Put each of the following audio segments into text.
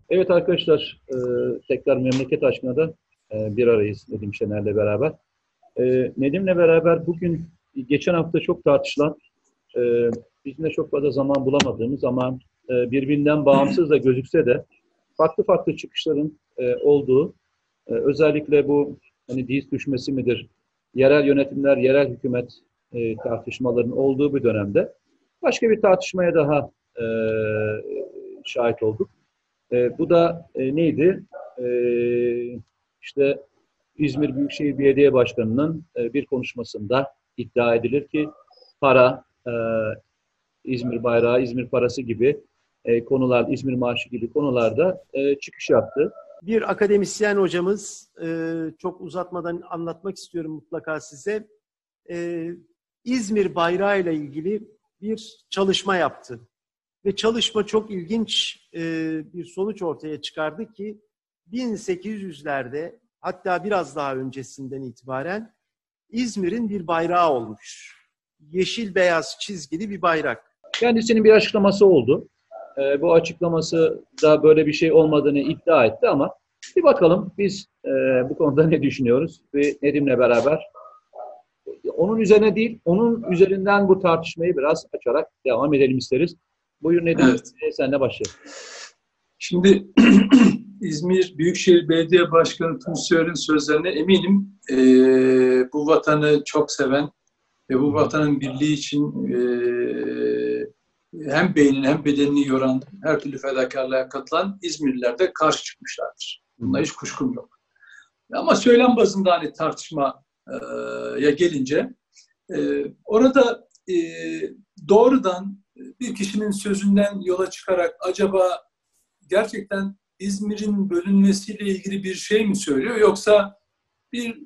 Evet arkadaşlar, tekrar memleket aşkına da bir arayız Nedim Şener'le beraber. Nedim'le beraber bugün geçen hafta çok tartışılan, bizim de çok fazla zaman bulamadığımız ama birbirinden bağımsız da gözükse de farklı farklı çıkışların olduğu, özellikle bu hani diz düşmesi midir, yerel yönetimler, yerel hükümet tartışmalarının olduğu bir dönemde başka bir tartışmaya daha şahit olduk. Bu da neydi? E, işte İzmir Büyükşehir Belediye Başkanı'nın bir konuşmasında iddia edilir ki para, İzmir bayrağı, İzmir parası gibi konular, İzmir marşı gibi konularda çıkış yaptı. Bir akademisyen hocamız, çok uzatmadan anlatmak istiyorum mutlaka size. İzmir bayrağı ile ilgili bir çalışma yaptı. Ve çalışma çok ilginç bir sonuç ortaya çıkardı ki 1800'lerde hatta biraz daha öncesinden itibaren İzmir'in bir bayrağı olmuş. Yeşil beyaz çizgili bir bayrak. Kendisinin bir açıklaması oldu. Bu açıklaması da böyle bir şey olmadığını iddia etti ama bir bakalım biz bu konuda ne düşünüyoruz ve Nedim'le beraber onun üzerine değil, onun üzerinden bu tartışmayı biraz açarak devam edelim isteriz. Buyur Nedim, evet. Senle başlayalım. Şimdi İzmir Büyükşehir Belediye Başkanı Tunç Soyer'in sözlerine eminim bu vatanı çok seven ve bu vatanın birliği için hem beynini hem bedenini yoran, her türlü fedakarlığa katılan İzmirliler de karşı çıkmışlardır. Bunda hiç kuşkum yok. Ama söylem bazında hani tartışmaya gelince orada doğrudan bir kişinin sözünden yola çıkarak acaba gerçekten İzmir'in bölünmesiyle ilgili bir şey mi söylüyor yoksa bir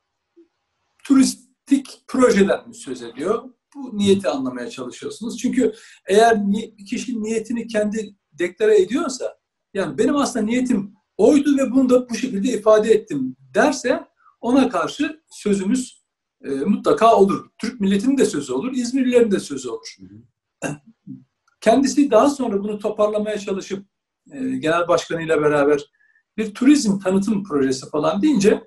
turistik projeden mi söz ediyor? Bu niyeti anlamaya çalışıyorsunuz. Çünkü eğer bir kişi niyetini kendi deklare ediyorsa, yani benim aslında niyetim oydu ve bunu da bu şekilde ifade ettim derse ona karşı sözümüz mutlaka olur. Türk milletinin de sözü olur, İzmirlilerin de sözü olur. Kendisi daha sonra bunu toparlamaya çalışıp genel başkanıyla beraber bir turizm tanıtım projesi falan deyince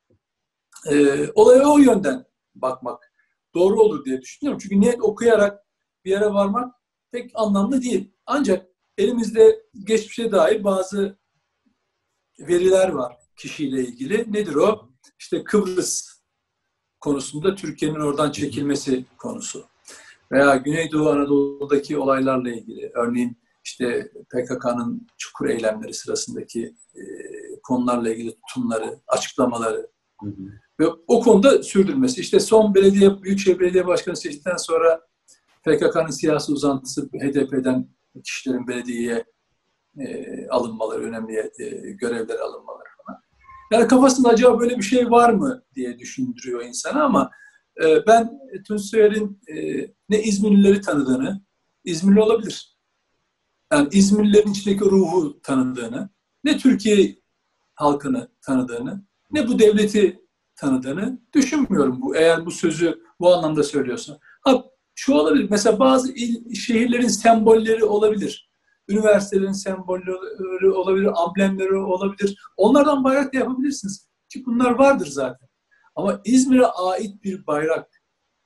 olaya o yönden bakmak doğru olur diye düşünüyorum. Çünkü niyet okuyarak bir yere varmak pek anlamlı değil. Ancak elimizde geçmişe dair bazı veriler var kişiyle ilgili. Nedir o? İşte Kıbrıs konusunda Türkiye'nin oradan çekilmesi konusu. Veya Güneydoğu Anadolu'daki olaylarla ilgili. Örneğin işte PKK'nın Çukur eylemleri sırasındaki konularla ilgili tutumları, açıklamaları ve o konuda sürdürmesi. İşte son Büyükşehir Belediye Başkanı seçildikten sonra PKK'nın siyasi uzantısı HDP'den kişilerin belediyeye alınmaları, önemli görevlere alınmaları falan. Yani kafasında acaba böyle bir şey var mı diye düşündürüyor insana ama ben Tunç Soyer'in ne İzmirlileri tanıdığını, İzmirli olabilir. Yani İzmirlilerin içindeki ruhu tanıdığını, ne Türkiye halkını tanıdığını, ne bu devleti tanıdığını düşünmüyorum. Eğer bu sözü bu anlamda söylüyorsa. Şu olabilir, mesela bazı şehirlerin sembolleri olabilir. Üniversitelerin sembolleri olabilir, amblemleri olabilir. Onlardan bayrak da yapabilirsiniz. Ki bunlar vardır zaten. Ama İzmir'e ait bir bayrak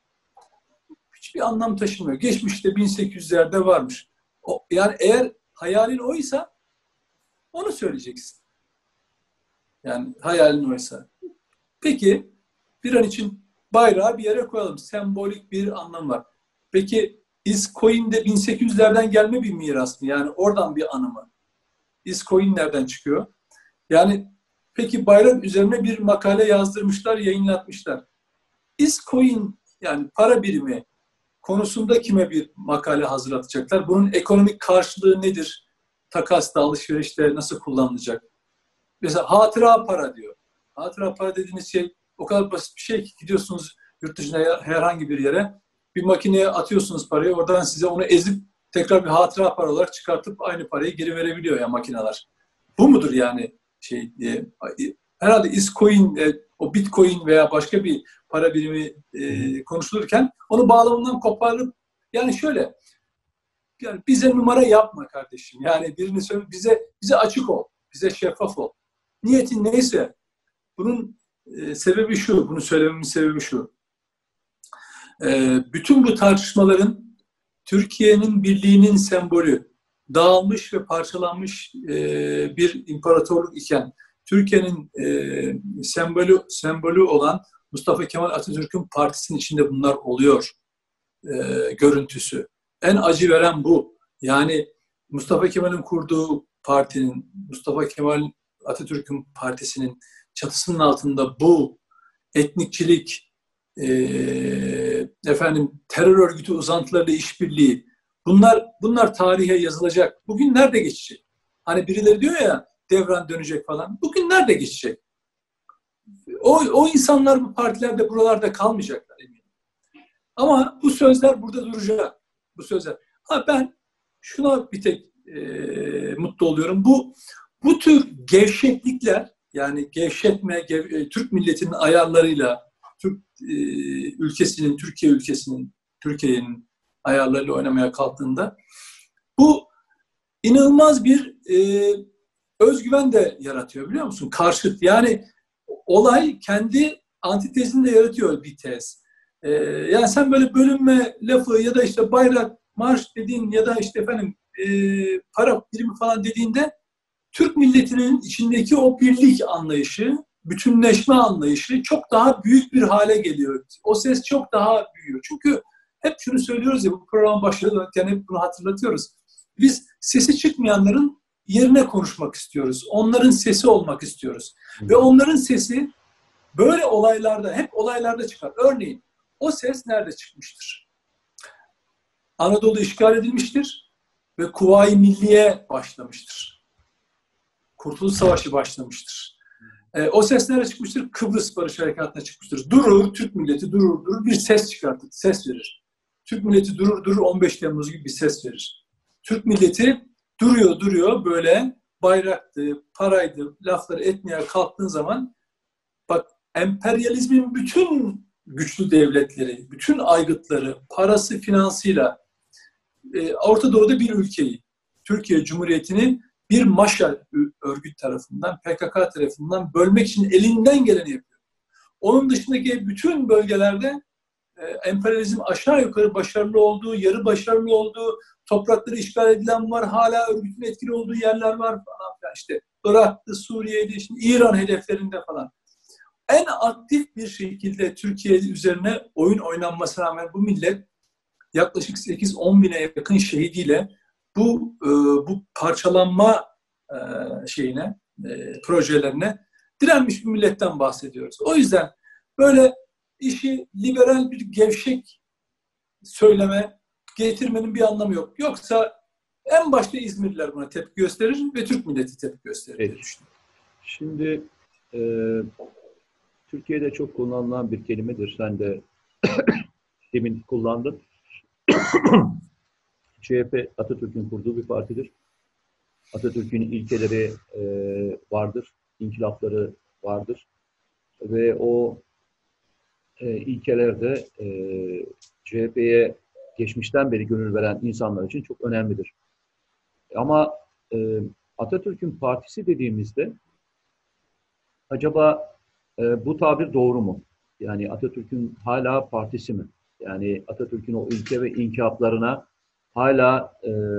hiçbir anlam taşımıyor. Geçmişte 1800'lerde varmış. Yani eğer hayalin oysa onu söyleyeceksin. Yani hayalin oysa. Peki bir an için bayrağı bir yere koyalım. Sembolik bir anlam var. Peki İzkoin de 1800'lerden gelme bir miras mı? Yani oradan bir anı mı? İzkoin nereden çıkıyor? Yani peki bayrak üzerine bir makale yazdırmışlar, yayınlatmışlar. İzkoin yani para birimi konusunda kime bir makale hazırlatacaklar? Bunun ekonomik karşılığı nedir? Takasta, alışverişte nasıl kullanılacak? Mesela hatıra para diyor. Hatıra para dediğiniz şey o kadar basit bir şey ki gidiyorsunuz yurt dışına herhangi bir yere bir makineye atıyorsunuz parayı oradan size onu ezip tekrar bir hatıra para olarak çıkartıp aynı parayı geri verebiliyor ya makineler. Bu mudur yani şey diye. Herhalde İzcoin, o Bitcoin veya başka bir para birimi konuşulurken onu bağlamından koparıp yani şöyle Yani bize numara yapma kardeşim. Yani birini söyle, bize açık ol. Bize şeffaf ol. Niyetin neyse. Bunun sebebi şu. Bunu söylememin sebebi şu. Bütün bu tartışmaların Türkiye'nin birliğinin sembolü, dağılmış ve parçalanmış bir imparatorluk iken Türkiye'nin sembolü olan Mustafa Kemal Atatürk'ün partisinin içinde bunlar oluyor görüntüsü. En acı veren bu. Yani Mustafa Kemal'in kurduğu partinin, Mustafa Kemal Atatürk'ün partisinin çatısının altında bu etnikçilik, terör örgütü uzantılarıyla işbirliği, bunlar tarihe yazılacak. Bugün nerede geçecek? Hani birileri diyor ya devran dönecek falan. Bugün nerede geçecek? O insanlar bu partilerde buralarda kalmayacaklar eminim. Ama bu sözler burada duracak. Bu sözler. Ben şuna bir tek mutlu oluyorum. Bu tür gevşeklikler, yani gevşetme, Türk milletinin ayarlarıyla, Türkiye'nin ayarlarıyla oynamaya kalktığında bu inanılmaz bir özgüven de yaratıyor, biliyor musun? Karşıt. Yani olay kendi antitezini de yaratıyor bir tez. Yani sen böyle bölünme lafı ya da işte bayrak, marş dediğin ya da işte para birimi falan dediğinde Türk milletinin içindeki o birlik anlayışı, bütünleşme anlayışı çok daha büyük bir hale geliyor. O ses çok daha büyüyor. Çünkü hep şunu söylüyoruz ya, bu program başlarken hep bunu hatırlatıyoruz. Biz sesi çıkmayanların yerine konuşmak istiyoruz. Onların sesi olmak istiyoruz. Ve onların sesi böyle olaylarda, hep olaylarda çıkar. Örneğin o ses nerede çıkmıştır? Anadolu işgal edilmiştir ve Kuvayi Milliye başlamıştır. Kurtuluş Savaşı başlamıştır. O ses nerede çıkmıştır? Kıbrıs Barış Harekatı'na çıkmıştır. Durur, Türk milleti durur bir ses çıkartır, ses verir. Türk milleti durur 15 Temmuz gibi bir ses verir. Türk milleti duruyor böyle bayraktı, paraydı, lafları etmeye kalktığın zaman bak, emperyalizmin bütün güçlü devletleri, bütün aygıtları, parası, finansıyla Orta Doğu'da bir ülkeyi, Türkiye Cumhuriyeti'ni bir Maşa örgüt tarafından, PKK tarafından bölmek için elinden geleni yapıyor. Onun dışındaki bütün bölgelerde emperyalizm aşağı yukarı başarılı olduğu, yarı başarılı olduğu, toprakları işgal edilen var, hala örgütün etkili olduğu yerler var falan filan. İşte Irak'tı, Suriye'de, şimdi İran hedeflerinde falan. En aktif bir şekilde Türkiye üzerine oyun oynanmasına rağmen bu millet yaklaşık 8-10 bine yakın şehidiyle bu parçalanma projelerine direnmiş bir milletten bahsediyoruz. O yüzden böyle işi liberal bir gevşek söyleme getirmenin bir anlamı yok. Yoksa en başta İzmirliler buna tepki gösterir ve Türk milleti tepki gösterir diye düşünüyorum. Şimdi Türkiye'de çok kullanılan bir kelimedir. Sen de demin kullandın. CHP Atatürk'ün kurduğu bir partidir. Atatürk'ün ilkeleri vardır, inkılapları vardır ve o ilkelerde CHP'ye geçmişten beri gönül veren insanlar için çok önemlidir. Ama Atatürk'ün partisi dediğimizde acaba bu tabir doğru mu? Yani Atatürk'ün hala partisi mi? Yani Atatürk'ün o ilke ve inkılaplarına hala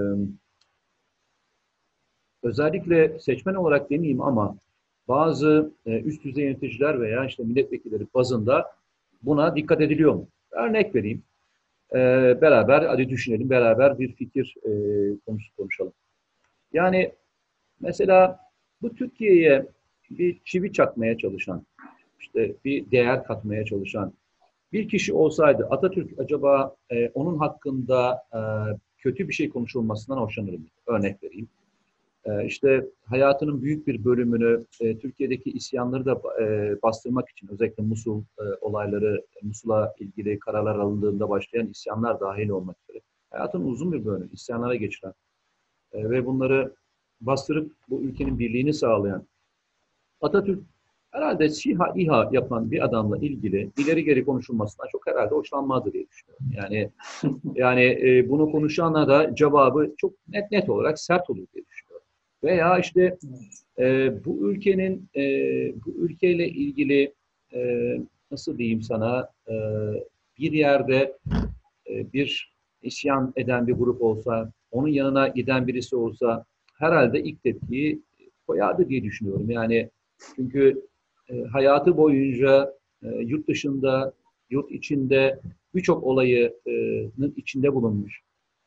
özellikle seçmen olarak demeyeyim ama bazı üst düzey yöneticiler veya işte milletvekilleri bazında buna dikkat ediliyor mu? Örnek vereyim. Beraber hadi düşünelim, beraber bir fikir konusu konuşalım. Yani mesela bu Türkiye'ye bir çivi çakmaya çalışan, işte bir değer katmaya çalışan bir kişi olsaydı Atatürk acaba onun hakkında kötü bir şey konuşulmasından hoşlanır mı? Örnek vereyim. İşte hayatının büyük bir bölümünü Türkiye'deki isyanları da bastırmak için, özellikle Musul olayları, Musul'a ilgili kararlar alındığında başlayan isyanlar dahil olmak üzere hayatının uzun bir bölümünü isyanlara geçiren ve bunları bastırıp bu ülkenin birliğini sağlayan Atatürk herhalde SİHA, İHA yapan bir adamla ilgili ileri geri konuşulmasından çok herhalde hoşlanmazdı diye düşünüyorum. Yani bunu konuşanlara da cevabı çok net olarak sert olur diye düşünüyorum. Veya işte bu ülkeyle ilgili nasıl diyeyim sana bir yerde bir isyan eden bir grup olsa, onun yanına giden birisi olsa herhalde ilk tepkiyi koyardı diye düşünüyorum. Yani çünkü hayatı boyunca yurt dışında, yurt içinde birçok olayının içinde bulunmuş.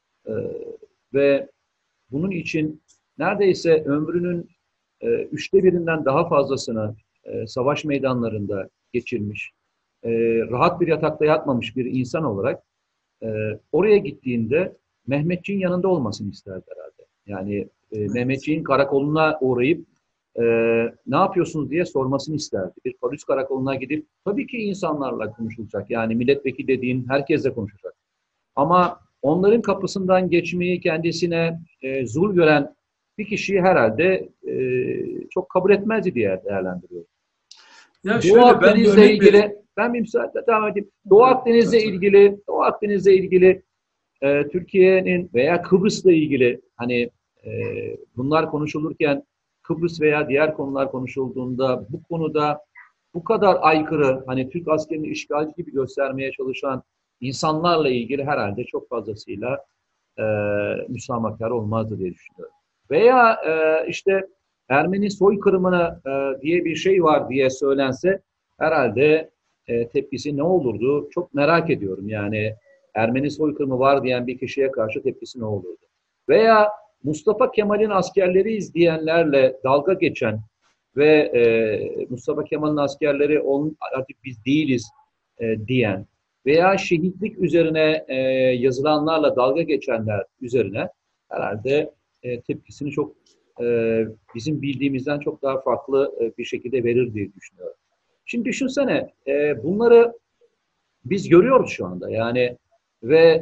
Ve bunun için neredeyse ömrünün 1/3'ünden daha fazlasını savaş meydanlarında geçirmiş, rahat bir yatakta yatmamış bir insan olarak oraya gittiğinde Mehmetçiğin yanında olmasını isterdi herhalde. Yani Mehmetçiğin karakoluna uğrayıp ne yapıyorsunuz diye sormasını isterdi. Bir polis karakoluna gidip tabii ki insanlarla konuşulacak. Yani milletvekili dediğin herkesle konuşacak. Ama onların kapısından geçmeyi kendisine zul gören bir kişiyi herhalde çok kabul etmezdi diye değerlendiriyorum. Ya Doğu şöyle ben bir Akdeniz'le örnek ilgili, vereyim. ben bir müsaade devam edeyim. Doğu Akdeniz'le ilgili Türkiye'nin veya Kıbrıs'la ilgili hani bunlar konuşulurken Kıbrıs veya diğer konular konuşulduğunda bu konuda bu kadar aykırı hani Türk askerini işgalci gibi göstermeye çalışan insanlarla ilgili herhalde çok fazlasıyla müsamahakar olmazdı diye düşünüyorum. Veya işte Ermeni soykırımına diye bir şey var diye söylense herhalde tepkisi ne olurdu? Çok merak ediyorum. Yani Ermeni soykırımı var diyen bir kişiye karşı tepkisi ne olurdu? Veya Mustafa Kemal'in askerleriyiz diyenlerle dalga geçen ve Mustafa Kemal'in askerleri artık biz değiliz diyen veya şehitlik üzerine yazılanlarla dalga geçenler üzerine herhalde tepkisini çok bizim bildiğimizden çok daha farklı bir şekilde verir diye düşünüyorum. Şimdi düşünsene bunları biz görüyoruz şu anda yani ve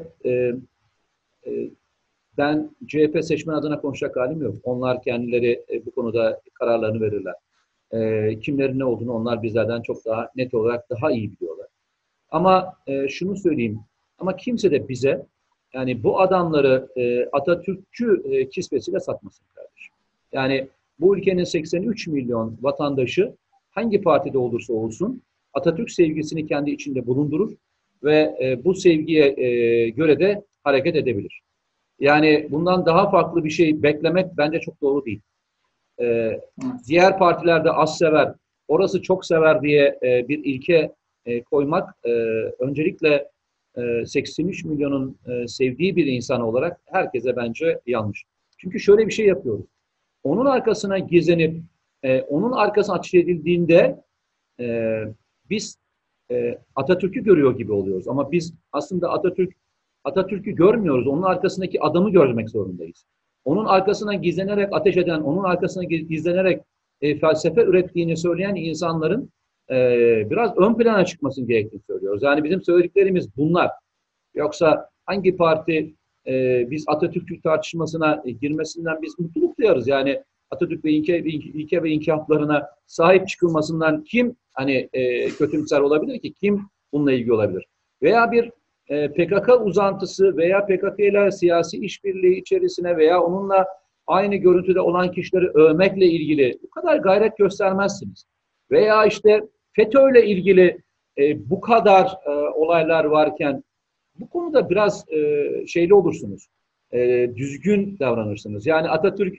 ben CHP seçmen adına konuşacak halim yok. Onlar kendileri bu konuda kararlarını verirler. Kimlerin ne olduğunu onlar bizlerden çok daha net olarak daha iyi biliyorlar. Ama şunu söyleyeyim, ama kimse de bize yani bu adamları Atatürkçü kisvesiyle satmasın kardeşim. Yani bu ülkenin 83 milyon vatandaşı hangi partide olursa olsun Atatürk sevgisini kendi içinde bulundurur ve bu sevgiye göre de hareket edebilir. Yani bundan daha farklı bir şey beklemek bence çok doğru değil. Diğer partilerde az sever, orası çok sever diye bir ilke koymak öncelikle 83 milyonun sevdiği bir insan olarak herkese bence yanlış. Çünkü şöyle bir şey yapıyoruz. Onun arkasına gizlenip onun arkasına ateş edildiğinde biz Atatürk'ü görüyor gibi oluyoruz. Ama biz aslında Atatürk'ü görmüyoruz. Onun arkasındaki adamı görmek zorundayız. Onun arkasına gizlenerek ateş eden, onun arkasına gizlenerek felsefe ürettiğini söyleyen insanların biraz ön plana çıkmasını gerektiğini söylüyoruz. Yani bizim söylediklerimiz bunlar. Yoksa hangi parti biz Atatürk'ü tartışmasına girmesinden biz mutluluk duyarız. Yani Atatürk ve ilke ve inkılaplarına sahip çıkılmasından kim hani kötümser olabilir ki? Kim bununla ilgili olabilir? Veya bir PKK uzantısı veya PKK ile siyasi işbirliği içerisine veya onunla aynı görüntüde olan kişileri övmekle ilgili bu kadar gayret göstermezsiniz. Veya işte FETÖ ile ilgili bu kadar olaylar varken bu konuda biraz şeyli olursunuz. Düzgün davranırsınız. Yani Atatürk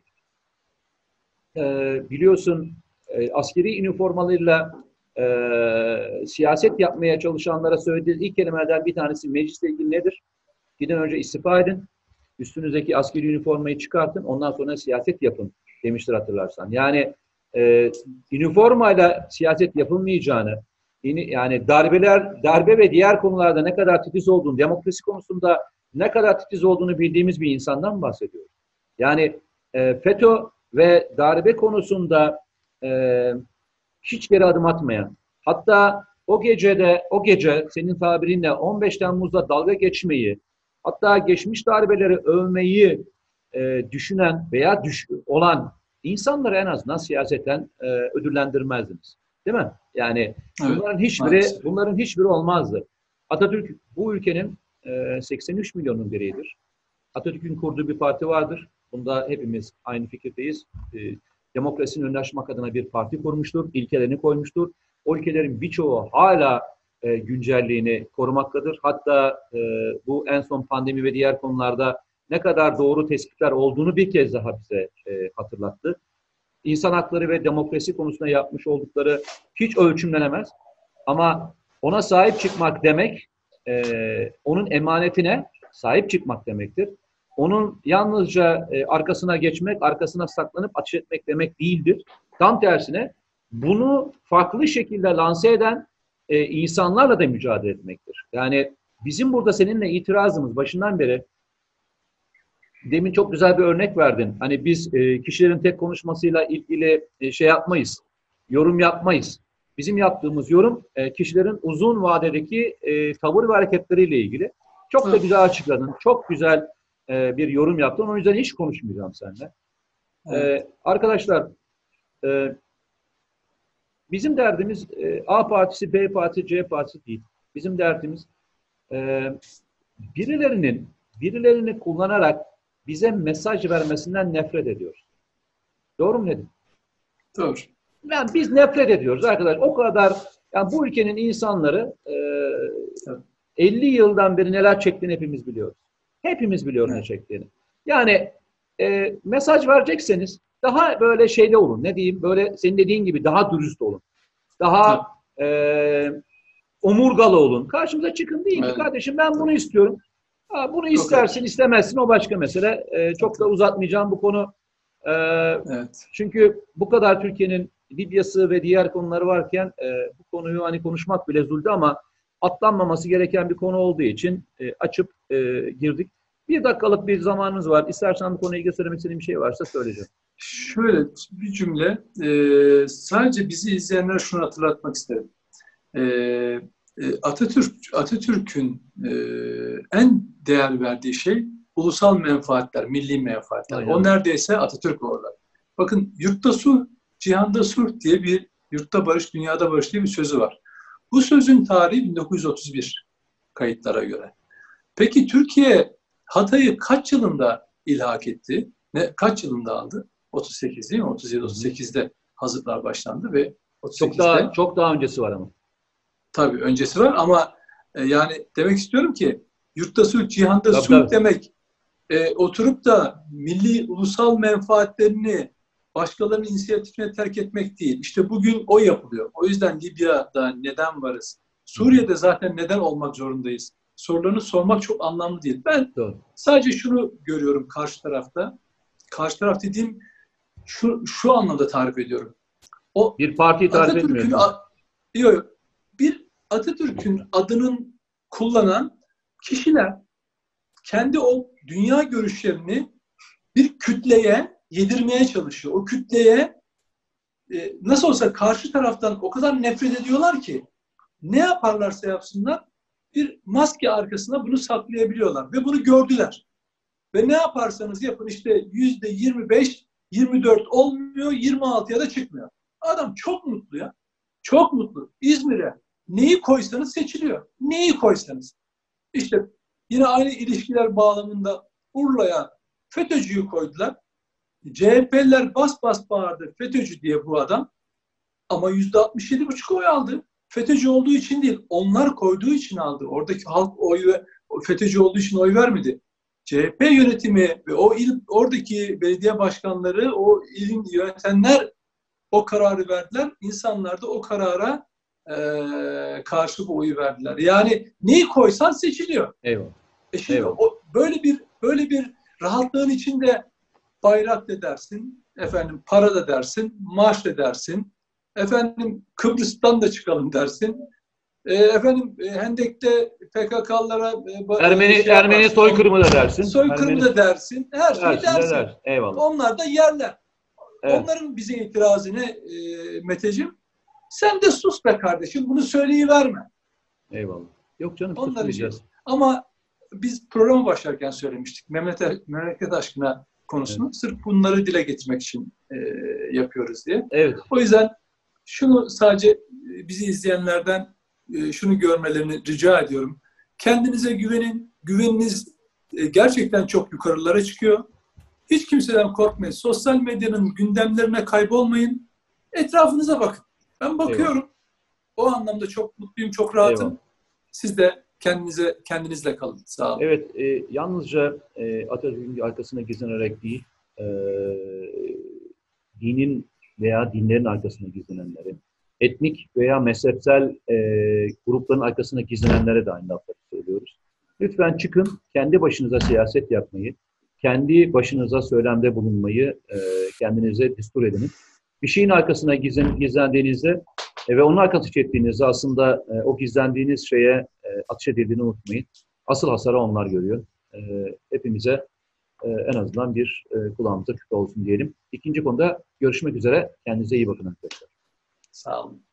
biliyorsun askeri üniformalarıyla siyaset yapmaya çalışanlara söylediği ilk kelimelerden bir tanesi meclisle ilgili nedir? Gidin önce istifa edin. Üstünüzdeki askeri üniformayı çıkartın. Ondan sonra siyaset yapın demiştir hatırlarsan. Yani üniformayla siyaset yapılmayacağını yani darbe ve diğer konularda ne kadar titiz olduğunu, demokrasi konusunda ne kadar titiz olduğunu bildiğimiz bir insandan bahsediyoruz. Yani FETÖ ve darbe konusunda hiç geri adım atmayan, hatta o gece senin tabirinle 15 Temmuz'da dalga geçmeyi, hatta geçmiş darbeleri övmeyi düşünen veya olan insanları en azından siyasetten ödüllendirmezdiniz. Değil mi? Yani Evet, bunların hiçbiri olmazdı. Atatürk bu ülkenin 83 milyonun biridir. Atatürk'ün kurduğu bir parti vardır. Bunda hepimiz aynı fikirdeyiz. Demokrasinin önüne açmak adına bir parti kurmuştur, ilkelerini koymuştur. O ülkelerin birçoğu hala güncelliğini korumaktadır. Hatta bu en son pandemi ve diğer konularda ne kadar doğru tespitler olduğunu bir kez daha bize hatırlattı. İnsan hakları ve demokrasi konusunda yapmış oldukları hiç ölçümlenemez. Ama ona sahip çıkmak demek, onun emanetine sahip çıkmak demektir. Onun yalnızca arkasına geçmek, arkasına saklanıp ateş etmek demek değildir. Tam tersine bunu farklı şekilde lanse eden insanlarla da mücadele etmektir. Yani bizim burada seninle itirazımız başından beri, demin çok güzel bir örnek verdin. Hani biz kişilerin tek konuşmasıyla ilgili şey yapmayız, yorum yapmayız. Bizim yaptığımız yorum kişilerin uzun vadedeki tavır ve hareketleriyle ilgili. Çok da güzel açıkladın, çok güzel bir yorum yaptın. O yüzden hiç konuşmayacağım seninle. Evet. Arkadaşlar, bizim derdimiz A partisi, B partisi, C partisi değil. Bizim derdimiz birilerini kullanarak bize mesaj vermesinden nefret ediyoruz. Doğru mu Nedim? Doğru. Yani biz nefret ediyoruz arkadaş. O kadar, yani bu ülkenin insanları 50 yıldan beri neler çektiğini hepimiz biliyoruz. Hepimiz biliyoruz ne çektiğini. Yani mesaj verecekseniz daha böyle şeyde olun. Ne diyeyim? Böyle senin dediğin gibi daha dürüst olun. Daha omurgalı olun. Karşımıza çıkın değil mi? Kardeşim ben bunu istiyorum. Bunu istersin, istemezsin, o başka mesele. Çok da uzatmayacağım bu konu. Çünkü bu kadar Türkiye'nin Libya'sı ve diğer konuları varken bu konuyu hani konuşmak bile zulde, ama atlanmaması gereken bir konu olduğu için açıp girdik. 1 dakikalık bir zamanımız var. İstersen bu konuyla ilgili söylemek istediğim bir şey varsa söyleyeceğim. Şöyle bir cümle. Sadece bizi izleyenlere şunu hatırlatmak isterim. Atatürk'ün en değer verdiği şey ulusal menfaatler, milli menfaatler. Aynen. O neredeyse Atatürk orada. Bakın yurtta sulh, cihanda sulh diye bir, yurtta barış, dünyada barış diye bir sözü var. Bu sözün tarihi 1931 kayıtlara göre. Peki Türkiye Hatay'ı kaç yılında ilhak etti? Kaç yılında aldı? 38 değil mi? 37-38'de hazırlıklar başlandı ve 38'de... Çok daha öncesi var ama. Tabii öncesi var ama yani demek istiyorum ki yurtta sulh, cihanda sulh demek oturup da milli, ulusal menfaatlerini başkalarının inisiyatifine terk etmek değil. İşte bugün o yapılıyor. O yüzden Libya'da neden varız? Suriye'de zaten neden olmak zorundayız? Sorularını sormak çok anlamlı değil. Ben sadece şunu görüyorum karşı tarafta. Karşı taraf dediğim şu anlamda tarif ediyorum. O bir partiyi tarif etmiyor. Yok. Bir Atatürk'ün adının kullanan kişiler kendi o dünya görüşlerini bir kütleye yedirmeye çalışıyor. O kütleye nasıl olsa karşı taraftan o kadar nefret ediyorlar ki ne yaparlarsa yapsınlar bir maske arkasına bunu saklayabiliyorlar. Ve bunu gördüler. Ve ne yaparsanız yapın işte %25, 24 olmuyor, 26'ya da çıkmıyor. Adam çok mutlu ya. Çok mutlu. İzmir'e neyi koysanız seçiliyor. Neyi koysanız. İşte yine aynı ilişkiler bağlamında Urla'ya FETÖ'cüyü koydular. CHP'liler bas bas bağırdı FETÖ'cü diye bu adam. Ama %67,5 oy aldı. FETÖ'cü olduğu için değil, onlar koyduğu için aldı. Oradaki halk FETÖ'cü olduğu için oy vermedi. CHP yönetimi ve oradaki belediye başkanları, o ilin yönetenler o kararı verdiler. İnsanlar da o karara karşı bu oyu verdiler. Yani neyi koysan seçiliyor. Eyvallah. Şimdi böyle bir rahatlığın içinde bayrak da dersin, efendim para da dersin, maaş da dersin, efendim Kıbrıs'tan da çıkalım dersin. Efendim Hendek'te PKK'lara Ermeni soykırımı da dersin. Soykırımı da dersin. Her şeyi dersin. Eyvallah. Onlar da yerler. Evet. Onların bize itirazı ne Meteciğim? Sen de sus be kardeşim. Bunu söyleyiverme. Eyvallah. Yok canım, susmayacağız. Ama biz programa başlarken söylemiştik. Memleket aşkına konusunu. Evet. Sırf bunları dile getirmek için yapıyoruz diye. Evet. O yüzden şunu sadece bizi izleyenlerden şunu görmelerini rica ediyorum. Kendinize güvenin. Güveniniz gerçekten çok yukarılara çıkıyor. Hiç kimseden korkmayın. Sosyal medyanın gündemlerine kaybolmayın. Etrafınıza bakın. Ben bakıyorum. Eyvallah. O anlamda çok mutluyum, çok rahatım. Eyvallah. Siz de kendinizle kalın. Sağ olun. Evet, yalnızca Atatürk'ün arkasına gizlenerek değil, dinin veya dinlerin arkasına gizlenenlere, etnik veya mezhepsel grupların arkasına gizlenenlere de aynı lafları söylüyoruz. Lütfen çıkın, kendi başınıza siyaset yapmayı, kendi başınıza söylemde bulunmayı kendinize düstur edinin. Bir şeyin arkasına gizlendiğinizde ve onun arkası çektiğinizde aslında o gizlendiğiniz şeye ateş edildiğini unutmayın. Asıl hasarı onlar görüyor. Hepimize en azından bir kulağımıza küpe olsun diyelim. İkinci konuda görüşmek üzere. Kendinize iyi bakın arkadaşlar. Sağ olun.